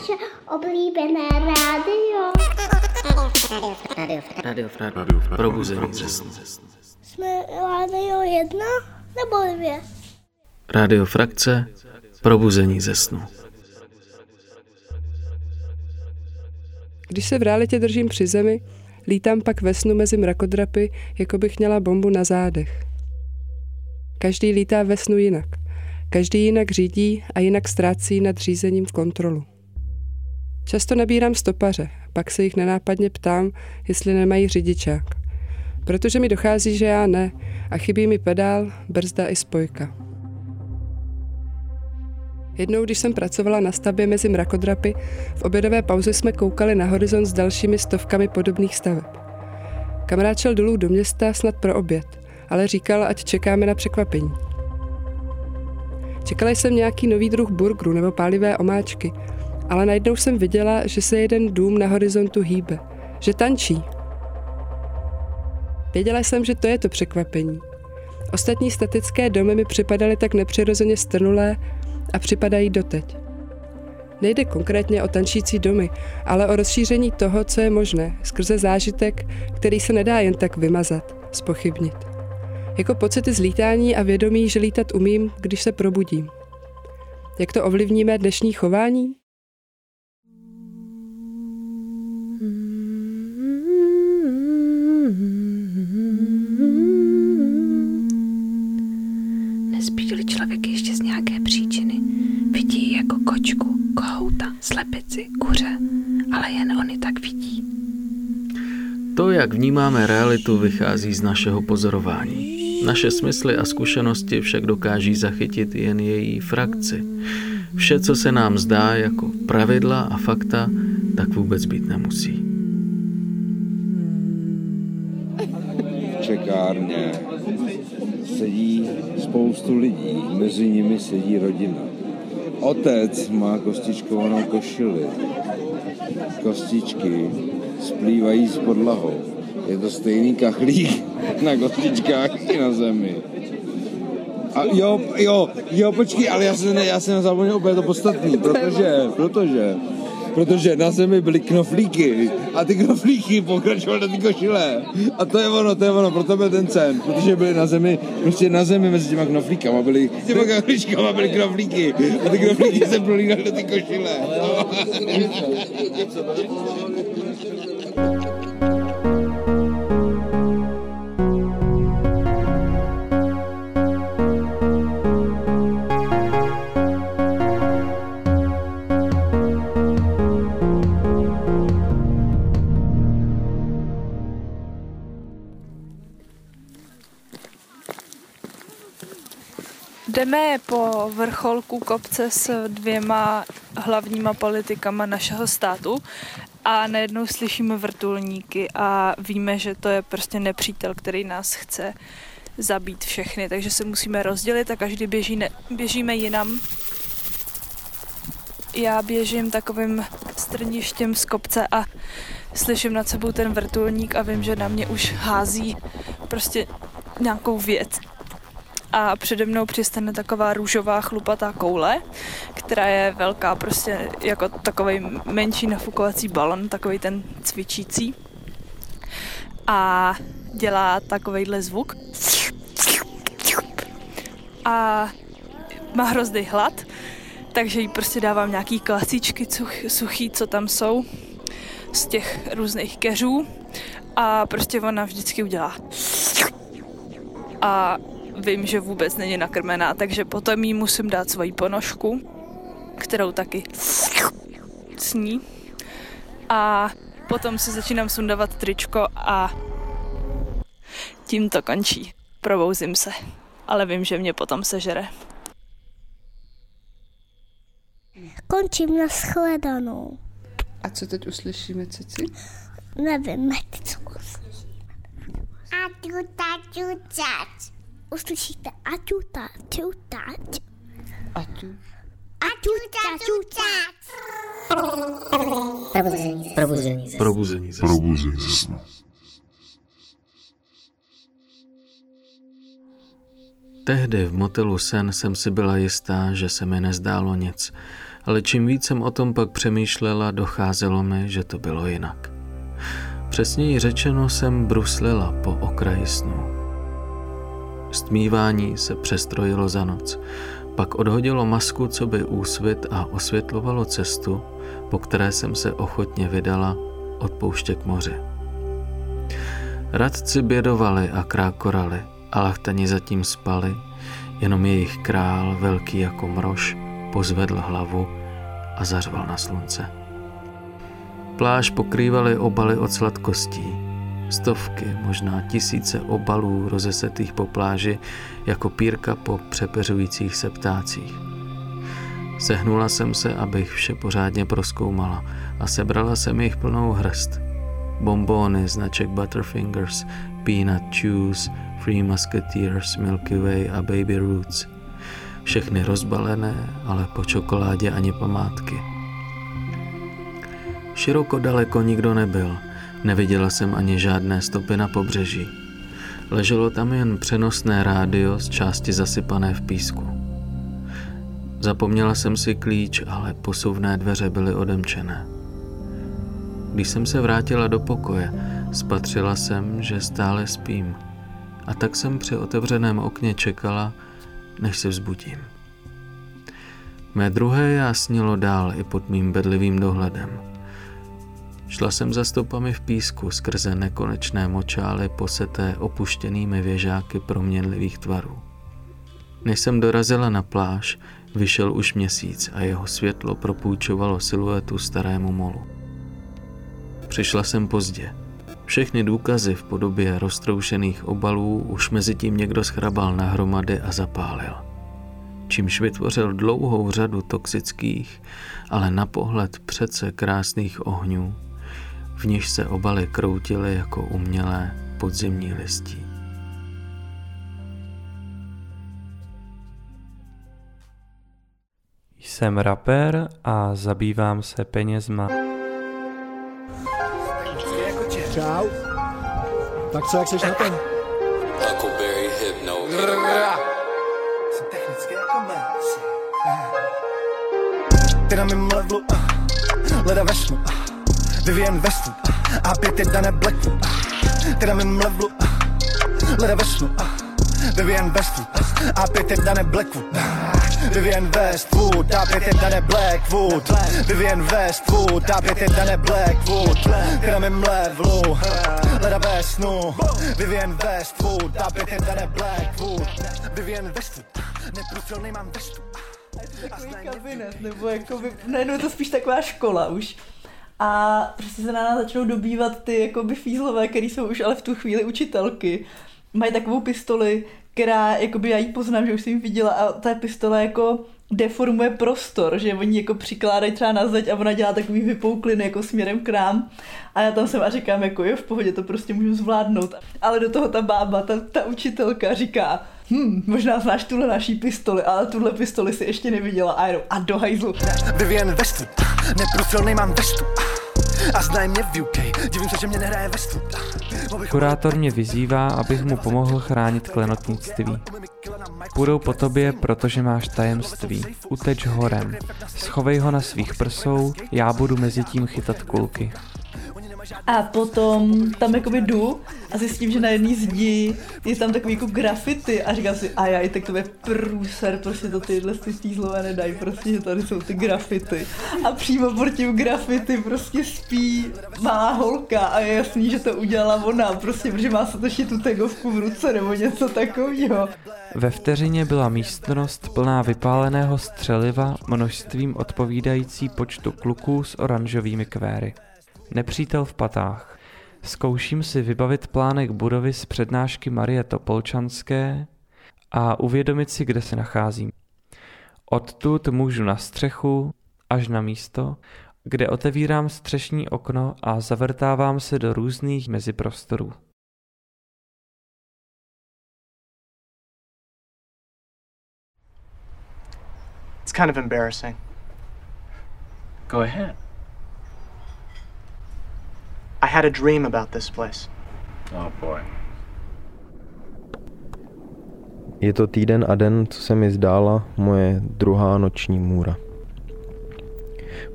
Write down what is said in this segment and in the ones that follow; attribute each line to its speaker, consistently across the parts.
Speaker 1: naše oblíbené rádio.
Speaker 2: Radio Probuzení ze snu.
Speaker 1: Jsme rádio 1 nebo 2?
Speaker 2: Radio Frakce Probuzení ze snu.
Speaker 3: Když se v realitě držím při zemi, lítám pak ve snu mezi mrakodrapy, jako bych měla bombu na zádech. Každý lítá ve snu jinak. Každý jinak řídí a jinak ztrácí nad řízením kontrolu. Často nabírám stopaře, pak se jich nenápadně ptám, jestli nemají řidičák. Protože mi dochází, že já ne, a chybí mi pedál, brzda i spojka. Jednou, když jsem pracovala na stavbě mezi mrakodrapy, v obědové pauze jsme koukali na horizont s dalšími stovkami podobných staveb. Kamarád šel dolů do města snad pro oběd, ale říkal, ať čekáme na překvapení. Čekala jsem nějaký nový druh burgeru nebo pálivé omáčky, ale najednou jsem viděla, že se jeden dům na horizontu hýbe, že tančí. Věděla jsem, že to je to překvapení. Ostatní statické domy mi připadaly tak nepřirozeně strnulé a připadají doteď. Nejde konkrétně o tančící domy, ale o rozšíření toho, co je možné, skrze zážitek, který se nedá jen tak vymazat, zpochybnit. Jako pocity z lítání a vědomí, že lítat umím, když se probudím. Jak to ovlivní mé dnešní chování?
Speaker 4: Nezbídili člověk ještě z nějaké příčiny. Vidí jako kočku, kohouta, slepici, kuře, ale jen oni tak vidí.
Speaker 2: To, jak vnímáme realitu, vychází z našeho pozorování. Naše smysly a zkušenosti však dokáží zachytit jen její frakci. Vše, co se nám zdá jako pravidla a fakta, tak vůbec být nemusí.
Speaker 5: V čekárně sedí spoustu lidí, mezi nimi sedí rodina. Otec má kostičkovanou košili. Kostičky splývají s podlahou. Je to stejný kachlík na kostičkách i na zemi. A jo, počkej, ale já jsem zapomněl úplně to podstatný, protože na zemi byly knoflíky a ty knoflíky pokračovaly do ty košile. A to je ono, proto byl ten cen, protože byly na zemi, prostě na zemi mezi těma knoflíkama byly, těma kachlíčkama byly knoflíky a ty knoflíky se prolínaly do ty košile.
Speaker 4: Jdeme po vrcholku kopce s 2 hlavníma politikama našeho státu a najednou slyšíme vrtulníky a víme, že to je prostě nepřítel, který nás chce zabít všechny, takže se musíme rozdělit a každý běžíme jinam. Já běžím takovým strništěm z kopce a slyším nad sebou ten vrtulník a vím, že na mě už hází prostě nějakou věc. A přede mnou přistane taková růžová chlupatá koule, která je velká, prostě jako takovej menší nafukovací balon, takovej ten cvičící. A dělá takovejhle zvuk. A má hrozný hlad, takže jí prostě dávám nějaký klasíčky suchý, co tam jsou, z těch různých keřů. A prostě ona vždycky udělá. A vím, že vůbec není nakrmená, takže potom jí musím dát svoji ponožku, kterou taky sní. A potom si začínám sundávat tričko a tím to končí. Probouzím se, ale vím, že mě potom sežere.
Speaker 1: Končím na shledanou.
Speaker 3: A co teď uslyšíme, Cici?
Speaker 1: Nevím, co uslyšíme. Aťutat. Uslyšíte aťutat.
Speaker 2: Probuzení ze snu. Tehdy v motelu Sen jsem si byla jistá, že se mi nezdálo nic. ale čím víc jsem o tom pak přemýšlela, docházelo mi, že to bylo jinak. Přesněji řečeno jsem bruslila po okraji snu. Stmívání se přestrojilo za noc, pak odhodilo masku coby úsvit a osvětlovalo cestu, po které jsem se ochotně vydala od pouště k moři. Radci bědovali a krákorali, a lachtani zatím spali, jenom jejich král, velký jako mrož, pozvedl hlavu a zařval na slunce. Pláž pokrývaly obaly od sladkostí. Stovky, možná tisíce obalů rozesetých po pláži jako pírka po přepeřujících se ptácích. Sehnula jsem se, abych vše pořádně prozkoumala a sebrala jsem jich plnou hrst. Bonbóny, značek Butterfingers, Peanut Chews, Three Musketeers, Milky Way a Baby Roots. Všechny rozbalené, ale po čokoládě ani památky. Široko daleko nikdo nebyl, neviděla jsem ani žádné stopy na pobřeží. Leželo tam jen přenosné rádio z části zasypané v písku. Zapomněla jsem si klíč, ale posuvné dveře byly odemčené. Když jsem se vrátila do pokoje, spatřila jsem, že stále spím, a tak jsem při otevřeném okně čekala, než se vzbudím. Mé druhé já snilo dál i pod mým bedlivým dohledem. Šla jsem za stopami v písku skrze nekonečné močály poseté opuštěnými věžáky proměnlivých tvarů. Než jsem dorazila na pláž, vyšel už měsíc a jeho světlo propůjčovalo siluetu starému molu. Přišla jsem pozdě. Všechny důkazy v podobě roztroušených obalů už mezitím někdo schrabal na hromady a zapálil. Čímž vytvořil dlouhou řadu toxických, ale na pohled přece krásných ohňů, v nichž se obaly kroutily jako umělé podzimní listí.
Speaker 6: Jsem rapper a zabývám se penězma.
Speaker 7: Čau. Tak co, jak seš na tom?
Speaker 8: Huckleberry Hypno.
Speaker 7: Jsem technicky jako Messi. Ty na mým levelu, leda ve snu, Vivian Westwood, a pět je Dane Blackwood. Ty na mým levelu, leda ve snu, Vivian Westwood, a pět je Dane Blackwood. Vivian Westwood, a pět je Dane Blackwood. Vivian Westwood, a pět je Dane Blackwood. Ty na mým levelu, leda ve snu, Vivian Westwood, a pět je Dane Blackwood. Vivian Westwood, neprůstřelnej mám vestu.
Speaker 4: Takový kabinet, nebo jakoby, najednou je to spíš taková škola už. A prostě se na nás začnou dobývat ty jakoby fízlové, který jsou už ale v tu chvíli učitelky. Mají takovou pistoli, která, jakoby já ji poznám, že už jsem ji viděla, a ta pistole jako deformuje prostor, že oni jako přikládají třeba na zeď a ona dělá takový vypoukliny jako směrem k nám. A já tam jsem a říkám, jako jo, v pohodě, to prostě můžu zvládnout. Ale do toho ta bába, ta učitelka říká, možná znáš tuhle naší pistoli, ale tuhle pistoli si ještě neviděla. A jenom, a do hajzlu.
Speaker 7: Vivian Westwood, neprůstřelnej mám vestu. A znají mě v UK, divím se, že mě nehraje Westwood.
Speaker 6: Kurátor mě vyzývá, abych mu pomohl chránit klenotnictví. Půjdou po tobě, protože máš tajemství. Uteč horem. Schovej ho na svých prsou, já budu mezi tím chytat kulky.
Speaker 4: A potom tam jakoby jdu a zjistím, že na jedné zdi je tam takový jako graffiti a říkám si, ajaj, tak to je průser, prostě to tyhle fízlové nedají, prostě, že tady jsou ty graffiti. A přímo pod tím graffiti prostě spí malá holka a je jasný, že to udělala ona, prostě, protože má se točit tu tagovku v ruce nebo něco takového.
Speaker 6: Ve vteřině byla místnost plná vypáleného střeliva množstvím odpovídající počtu kluků s oranžovými kvéry. Nepřítel v patách. Zkouším si vybavit plánek budovy z přednášky Marie Topolčanské a uvědomit si, kde se nacházím. Odtud můžu na střechu až na místo, kde otevírám střešní okno a zavrtávám se do různých meziprostorů.
Speaker 9: It's kind of embarrassing.
Speaker 8: Go ahead.
Speaker 9: I had a dream about this place.
Speaker 8: Oh boy.
Speaker 10: Je to týden a den, co se mi zdála moje druhá noční můra.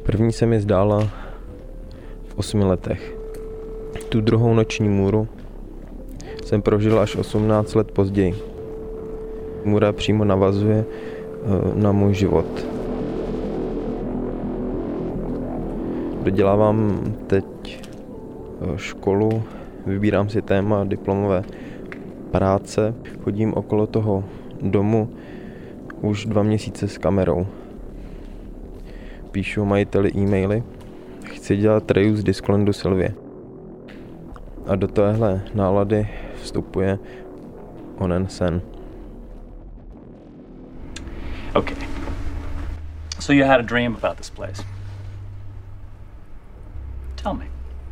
Speaker 10: První se mi zdála v 8 letech. Tu druhou noční můru jsem prožil až 18 let později. Můra přímo navazuje na můj život. Dodělávám teď školu, vybírám si téma diplomové práce, chodím okolo toho domu už 2 měsíce s kamerou. Píšu majiteli e-maily, chci dělat reuse Disclandu Sylvie. A do téhle nálady vstupuje onen sen.
Speaker 11: Okay. So you had a dream about this place. Tell me.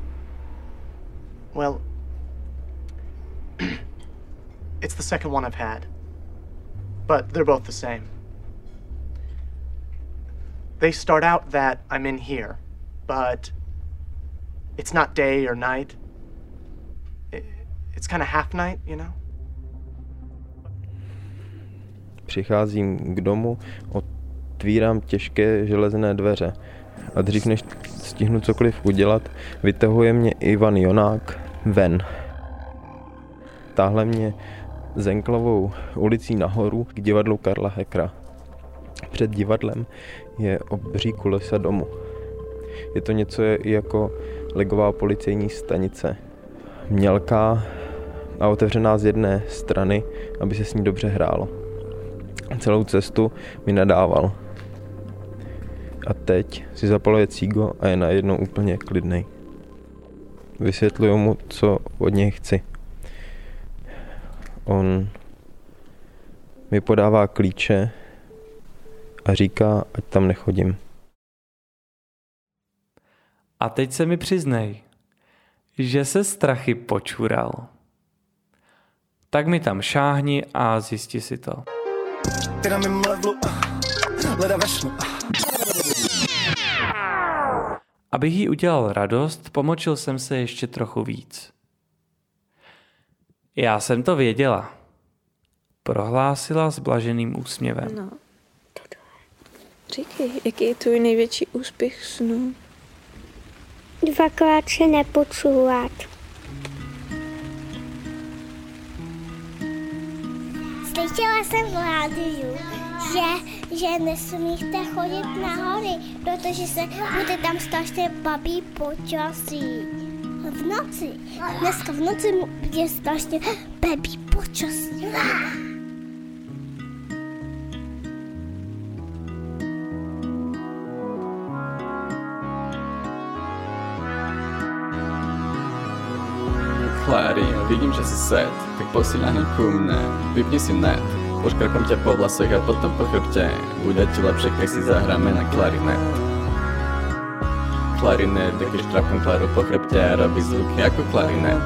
Speaker 9: Well, it's the second one I've had. But they're both the same. They start out that I'm in here, but it's not day or night. It's kind of half night, you know?
Speaker 10: Přicházím k domu, otvírám těžké železné dveře a dřív než stihnu cokoliv udělat, vytahuje mě Ivan Jonák ven. Táhle mě Zenklovou ulicí nahoru k divadlu Karla Hekra. Před divadlem je obří kulisa domu. Je to něco jako legová policejní stanice. Mělká a otevřená z jedné strany, aby se s ní dobře hrálo. Celou cestu mi nadával. A teď si zapaluje cígo a je najednou úplně klidnej. Vysvětluju mu, co od něj chci. On mi podává klíče a říká, ať tam nechodím.
Speaker 6: A teď se mi přiznej, že se strachy počural. Tak mi tam šáhni a zjisti si to. Abych jí udělal radost, pomočil jsem se ještě trochu víc. Já jsem to věděla, prohlásila s blaženým úsměvem.
Speaker 12: No, říkej, jaký je tvůj největší úspěch snů?
Speaker 1: 2krát se nepočuvat. Slyšela jsem v rádiu, že nesmíte chodit na hory, protože se bude tam strašně blbý počasí. V noci. Dneska v noci je strašně blbý počasí.
Speaker 2: Clary, vidím, že si set, tak posíľaný ku mne, vypni si net, poškrkám ťa po vlasoch a potom po chrbte, bude ti lepšie, keď si zahráme na klarinet. Klarinet, keď štrapkám Klaru po chrbte a robí zvuky ako klarinet.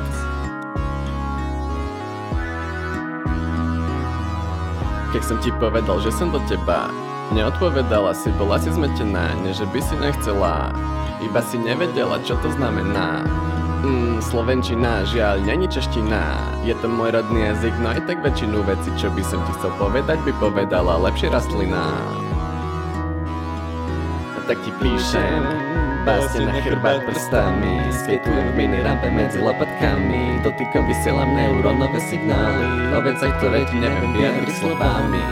Speaker 2: Keď som ti povedal, že som do teba, neodpovedala si, bola si zmetená, nie že by si nechcela, iba si nevedela, čo to znamená. Slovenčina, žiaľ, není čeština. Je to môj rodný jazyk, no aj tak väčšinu veci, čo by som ti chcel povedať, by povedala lepšie rastlina. A tak ti píšem básne na chrbát prstami, skejtujem v mini rampe medzi lopatkami, dotykom vysielam neurónové signály o vecach, ktoré ti neviem vyjadriť slovami.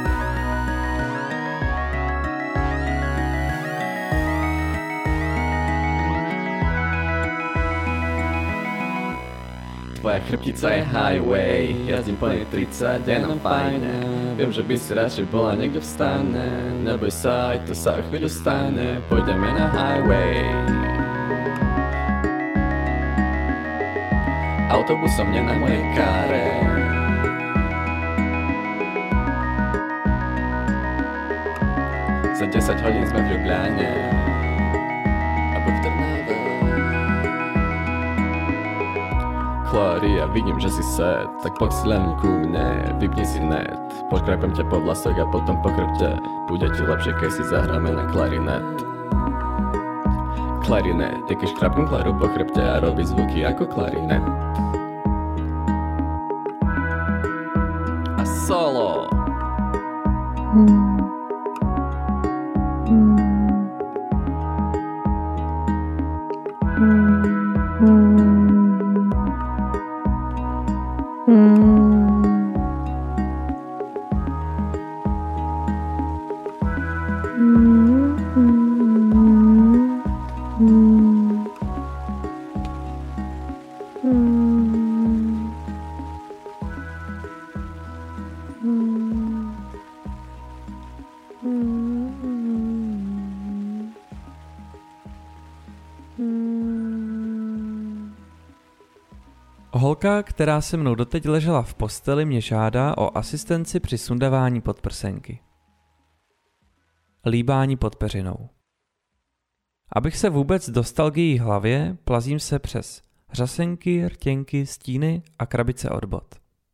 Speaker 2: Tvoja chrbtica je highway, jazdím po nej 30, je nám fajne. Viem, že by si radšej bola niekde v stane, neboj sa, aj to sa o chvíľu stane, pôjdeme na highway. Autobusom nie na mojej káre. Za 10 hodín sme v Ljubljane, alebo v Trnave. Clary, ja vidím, že si set, tak poď si len ku mne, vypni si net, poškrapem ťa po vlasoch a potom po chrbte, bude ti lepšie, keď si zahráme na klarinet. Klarinet, keď škrapem Klaru po chrbte a robí zvuky ako klarinet. A solo!
Speaker 6: Holka, která se mnou doteď ležela v posteli, mě žádá o asistenci při sundávání podprsenky. Líbání pod peřinou. Abych se vůbec dostal k její hlavě, plazím se přes řasenky, rtěnky, stíny a krabice od bot.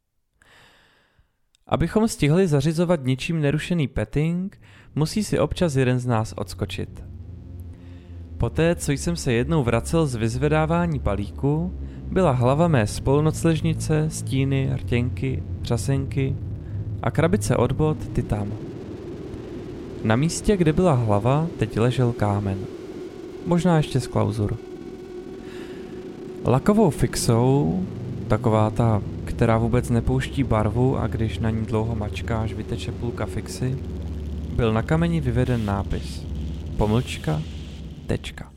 Speaker 6: Abychom stihli zařizovat ničím nerušený petting, musí si občas jeden z nás odskočit. Poté, co jsem se jednou vracel z vyzvedávání balíku, byla hlava mé spolunocležnice, stíny, rtěnky, řasenky a krabice od bot ty tam. Na místě, kde byla hlava, teď ležel kámen. Možná ještě z klauzur. Lakovou fixou, taková ta, která vůbec nepouští barvu a když na ní dlouho mačkáš, vyteče půlka fixy, byl na kameni vyveden nápis. Pomlčka, tečka.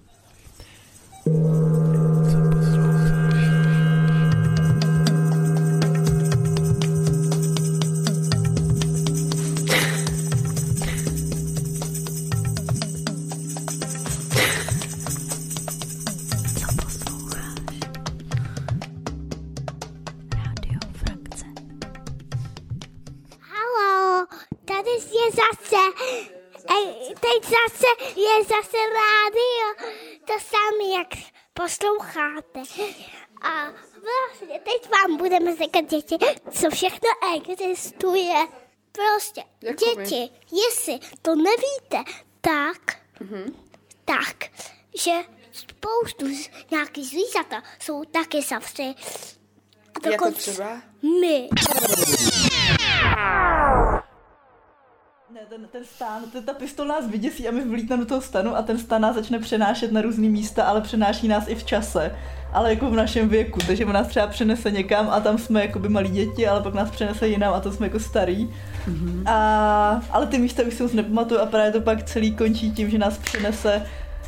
Speaker 1: Teď je zase rádio, to samé, jak posloucháte. A vlastně teď vám budeme říkat, děti, co všechno existuje. Prostě, děti, jestli to nevíte, tak, že spoustu nějakých zvířata jsou taky savři.
Speaker 12: Jako třeba?
Speaker 1: My.
Speaker 13: Ne, ten stán, ta pistol nás vyděsí a my vlítneme do toho stanu a ten stán nás začne přenášet na různý místa, ale přenáší nás i v čase, ale jako v našem věku, takže on nás třeba přenese někam a tam jsme jakoby malí děti, ale pak nás přenese jinam a to jsme jako starý. Mm-hmm. Ale ty místa už se moc nepamatuju a právě to pak celý končí tím, že nás přenese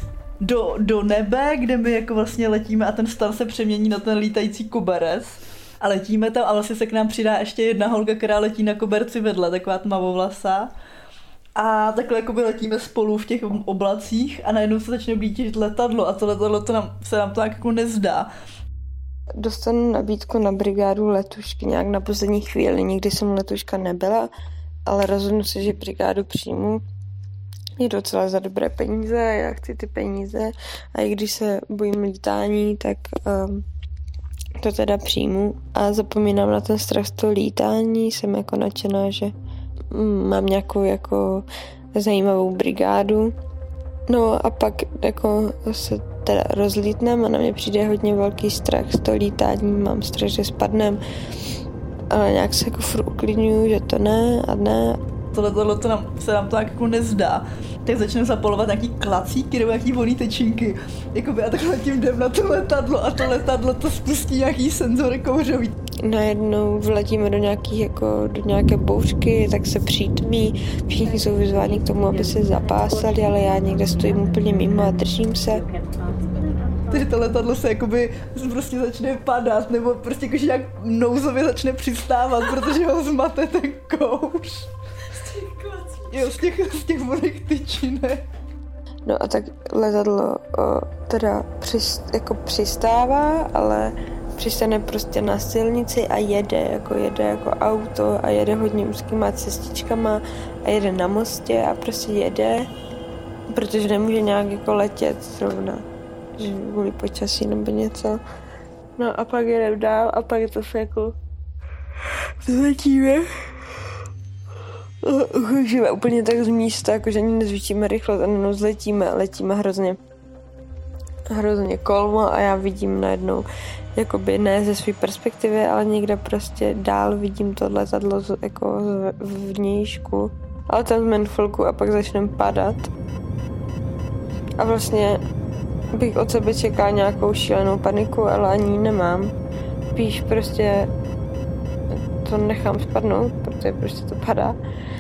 Speaker 13: do nebe, kde my jako vlastně letíme a ten stan se přemění na ten lítající koberec. A letíme tam a vlastně se k nám přidá ještě jedna holka, která letí na koberci vedle, taková tmavovlasá. A takhle jakoby letíme spolu v těch oblacích a najednou se začne blížit letadlo a to letadlo se nám to jako nezdá.
Speaker 12: Dostanu nabídku na brigádu letušky nějak na poslední chvíli. Nikdy jsem letuška nebyla, ale rozhodnu se, že brigádu přijmu. Je docela za dobré peníze, já chci ty peníze a i když se bojím lítání, tak to teda přijmu a zapomínám na ten strach z toho lítání, jsem jako nadšená, že mám nějakou jako zajímavou brigádu. No a pak jako se teda rozlítnem a na mě přijde hodně velký strach z toho lítání, mám strach, že spadnem, ale nějak se jako furt uklidňuju, že to ne a ne.
Speaker 13: Tohle se nám to jako nezdá. Tak začneme zapalovat nějaký klacíky nebo nějaký volný tečinky. Jakoby, a takhle tím jdem na to letadlo a to letadlo to spustí nějaký senzory kouřový.
Speaker 12: Najednou vletíme do nějaké bouřky, tak se přítmí. Všichni jsou vyzváni k tomu, aby se zapásali, ale já někde stojím úplně mimo a držím se.
Speaker 13: Takže to letadlo se jakoby prostě začne padat, nebo prostě jakože nějak nouzově začne přistávat, protože ho zmate ten kouř. Jo, z těch volných tyčinek.
Speaker 12: No a tak letadlo teda přistává, ale přistane prostě na silnici a jede jako auto a jede hodně úzkýma cestičkama a jede na mostě a prostě jede, protože nemůže nějak jako letět zrovna, že kvůli počasí nebo něco. No a pak jede dál a pak to se jako zletíme. Uchyžíme úplně tak z místa, jakože ani nezvýšíme rychlost a jenom letíme hrozně kolmo a já vidím najednou, jakoby ne ze své perspektivy, ale někde prostě dál vidím to letadlo jako v vnějšku. Ale tam jsme chvilku a pak začneme padat. A vlastně bych od sebe čekala nějakou šílenou paniku, ale ani ji nemám. Spíš prostě to nechám spadnout, protože prostě to padá.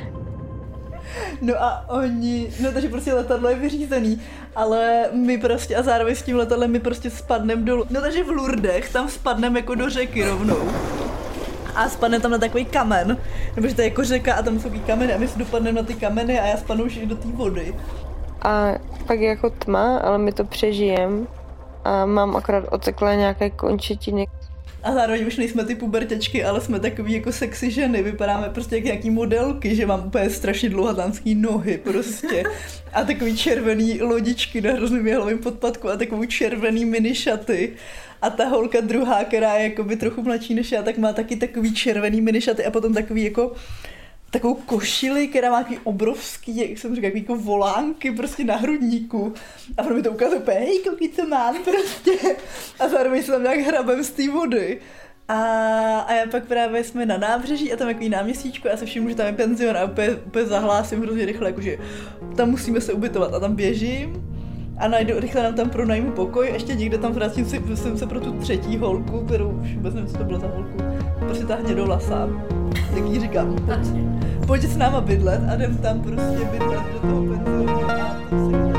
Speaker 13: No a takže prostě letadlo je vyřízený, ale my prostě a zároveň s tím letadlem my prostě spadneme dolů. No takže v Lourdech tam spadneme jako do řeky rovnou. A spadneme tam na takový kamen, nebo že to je jako řeka a tam jsou kameny a my se dopadneme na ty kameny a já spadnu už i do té vody.
Speaker 12: A pak je jako tma, ale my to přežijeme a mám akorát oteklé nějaké končetiny.
Speaker 13: A zároveň už nejsme ty puberťačky, ale jsme takový jako sexy ženy, vypadáme prostě jak nějaký modelky, že mám úplně strašně dlouhatánský nohy prostě. A takový červený lodičky na hrozným jehlovým podpadku a takovou červený minišaty. A ta holka druhá, která je jakoby trochu mladší než já, tak má taky takový červený minišaty a potom takový jako takovou košili, která má takový obrovský, jak jsem říkal, jako volánky prostě na hrudníku. A ono mi to ukázalo úplně, hej, koukej, co mám prostě. A zároveň se tam nějak hrabem z té vody. A já pak právě jsme na nábřeží a tam takový náměstíčko a já se všimnu, že tam je penzion a úplně zahlásím hrozně rychle, jakože tam musíme se ubytovat a tam běžím. A najdu, rychle nám tam pronajmu pokoj, ještě někde tam vrátím jsem se pro tu třetí holku, kterou už vůbec nevím, co to bylo za holku. Prostě ta hnědolasá. Tak jí říkám, pojď s náma bydlet a jdem tam prostě bydlet do toho penzionu a tam se...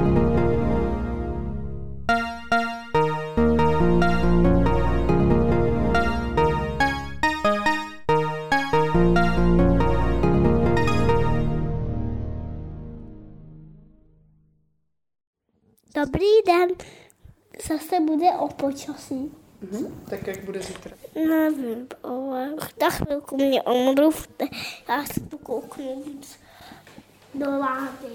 Speaker 1: Dobrý den, zase bude o počasí.
Speaker 3: Tak jak bude zítra?
Speaker 1: Nevím, ale na chvilku mě omluvte, já se tu kouknu víc do lády.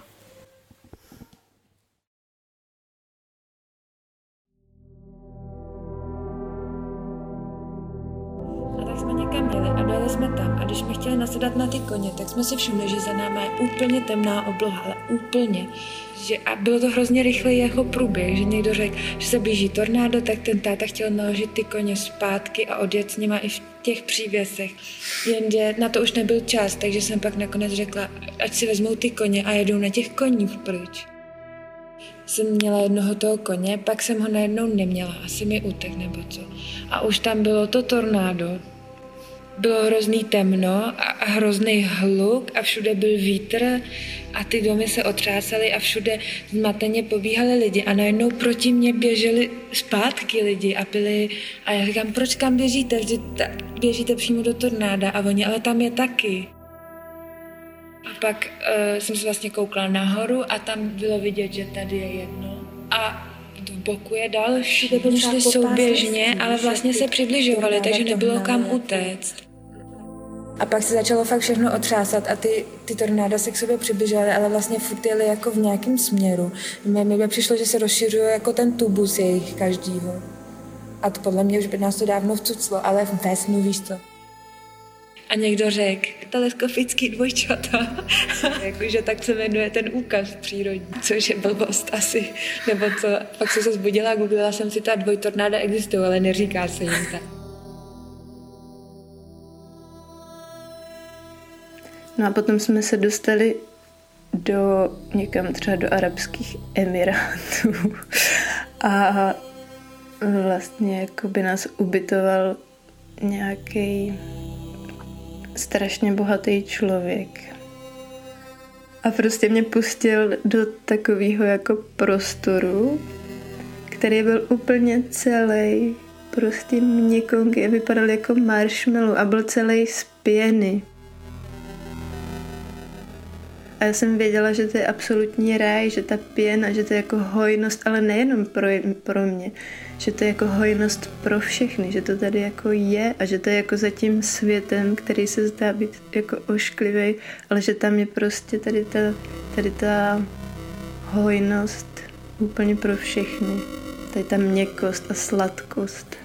Speaker 14: A tak jsme někam jeli a dojeli jsme tam a když jsme chtěli nasedat na ty koně, tak jsme si všimli, že za náma je úplně temná obloha, ale úplně. A bylo to hrozně rychlý jako průběh, že někdo řekl, že se blíží tornádo, tak ten táta chtěl naložit ty koně zpátky a odjet s nima i v těch přívěsech. Jenže na to už nebyl čas, takže jsem pak nakonec řekla, ať si vezmou ty koně a jedou na těch koních pryč. Jsem měla jednoho toho koně, pak jsem ho najednou neměla, asi mi utek nebo co. A už tam bylo to tornádo. Bylo hrozný temno a hrozný hluk a všude byl vítr a ty domy se otřásaly a všude zmateně pobíhali lidi a najednou proti mně běželi zpátky lidi a byli a já říkám, proč kam běžíte? Vždyť běžíte přímo do tornáda a oni, ale tam je taky. A pak jsem se vlastně koukla nahoru a tam bylo vidět, že tady je jedno a v boku je další. Šli souběžně, ale vlastně se přibližovali, takže nebylo kam utéct. A pak se začalo fakt všechno otřásat a ty tornáda se k sobě přibližovaly, ale vlastně furt jeli jako v nějakém směru. Mně přišlo, že se rozšiřuje jako ten tubus jejich každýho. A to podle mě už by nás to dávno vcuclo, ale ve snu, víš co. A někdo řekl, teleskopický dvojčata, jakože tak se jmenuje ten úkaz přírodní, což je blbost asi, nebo co. Pak jsem se zbudila a googlila jsem si, ta dvojtornáda existují, ale neříká se jim tak.
Speaker 12: No a potom jsme se dostali někam třeba do Arabských Emirátů a vlastně jako by nás ubytoval nějaký strašně bohatý člověk. A prostě mě pustil do takového jako prostoru, který byl úplně celý, prostě měkonký, vypadal jako marshmallow a byl celý z pěny. A já jsem věděla, že to je absolutní ráj, že ta pěna, že to je jako hojnost, ale nejenom pro mě, že to je jako hojnost pro všechny, že to tady jako je a že to je jako za tím světem, který se zdá být jako ošklivý, ale že tam je prostě tady ta hojnost úplně pro všechny. Tady ta měkkost a sladkost.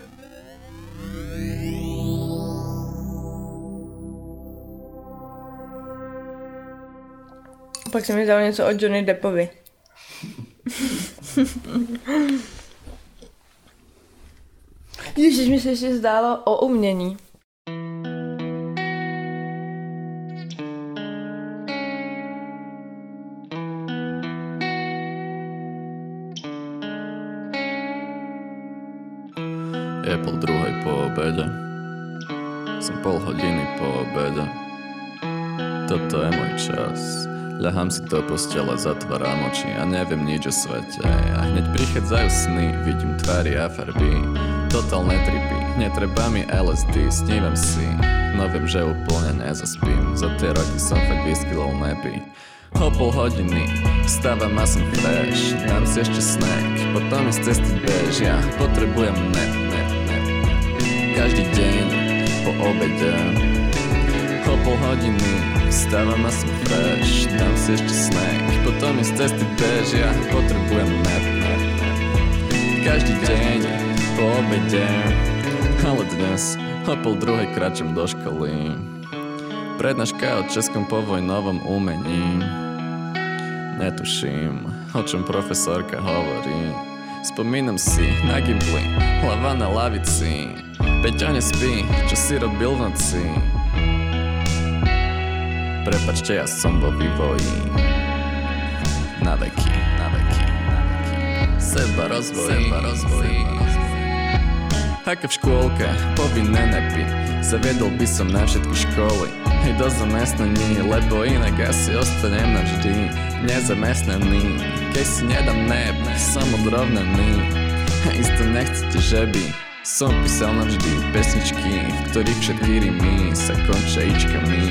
Speaker 12: Pak jsem mi dal něco o Johnny Deppovi. Ježiš, mi se ještě zdálo o umění.
Speaker 15: Je 1:30 po obede. Som pol hodiny po obede. Toto je môj čas. Ľahám si do postele, zatváram oči a neviem nič o svete. A hneď prichádzajú sny, vidím tvary a farby. Totálne tripy, netreba mi LSD, snívam si. No viem, že úplne nezaspím. Za tie roky som fakt vyskylol nepy. O pol hodiny vstávam a som fresh. Dám si ešte snack, potom ísť cesty bež. Ja potrebujem net. Každý deň po obede o pol hodiny vstávam a som fresh. Dám si ešte snack, potom mi z cesty bežia. Potrebujem nap. Každý deň po obede, ale dnes o pol druhej kráčam do školy. Prednáška o českom povojnovom umení. Netuším, o čom profesorka hovorí. Spomínam si na gimply, hlava na lavici. Peťo nespí, čo si robil v noci. Prepačte, ja som vo vývoji. Na veky. Seba rozvoji. Ako v škôlke, povinné nepy. Zaviedol by som na všetky školy. Hej do zamestnaní, lebo inak asi ostanem navždy nezamestnaný. Keď si nedám nep, som odrovnaný. A isto nechcete, že by som písal navždy pesničky, v ktorých všetky rimy sa končia ičkami.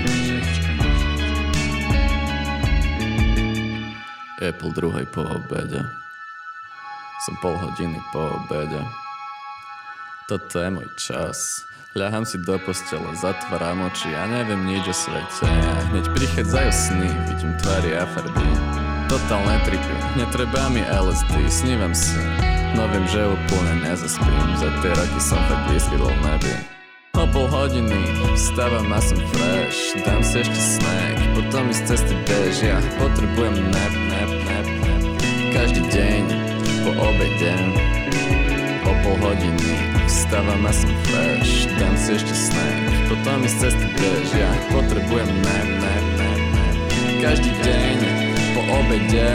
Speaker 15: Je pol druhej po obede. Som pol hodiny po obede. Toto je môj čas. Ľahám si do postele, zatváram oči a neviem nič o svete. Hneď prichádzajú sny, vidím tvary a farby. Totálne tripy, netreba mi LSD, snívam si. No viem, že úplne nezaspím, za tie roky som tak vyskytol neby. O pol hodiny vstávam a som fresh, dám si ešte snack, potom mi z cesty bežia. Potrebujem nap. Každý deň po obede o pol hodiny vstávam a som fresh, dám si ešte snack, potom mi z cesty bežia. Potrebujem nap. Každý deň po obede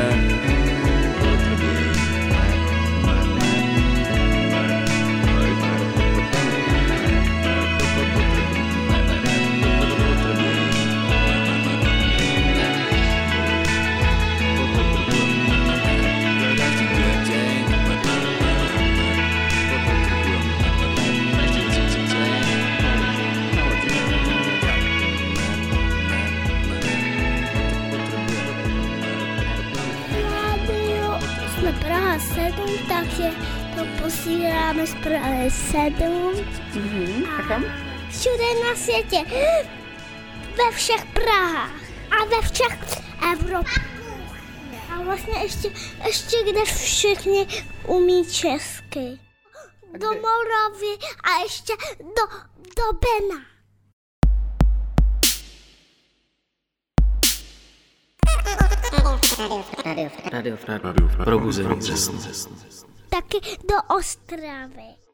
Speaker 1: Praha 7, takže to posíláme z Prahy 7.
Speaker 13: A kam?
Speaker 1: Všude na světě. Ve všech Prahách. A ve všech Evropách. A vlastně ještě kde všichni umí česky. Do Moravy a ještě do Bena.
Speaker 2: Radio probuzení.
Speaker 1: Taky do Ostravy.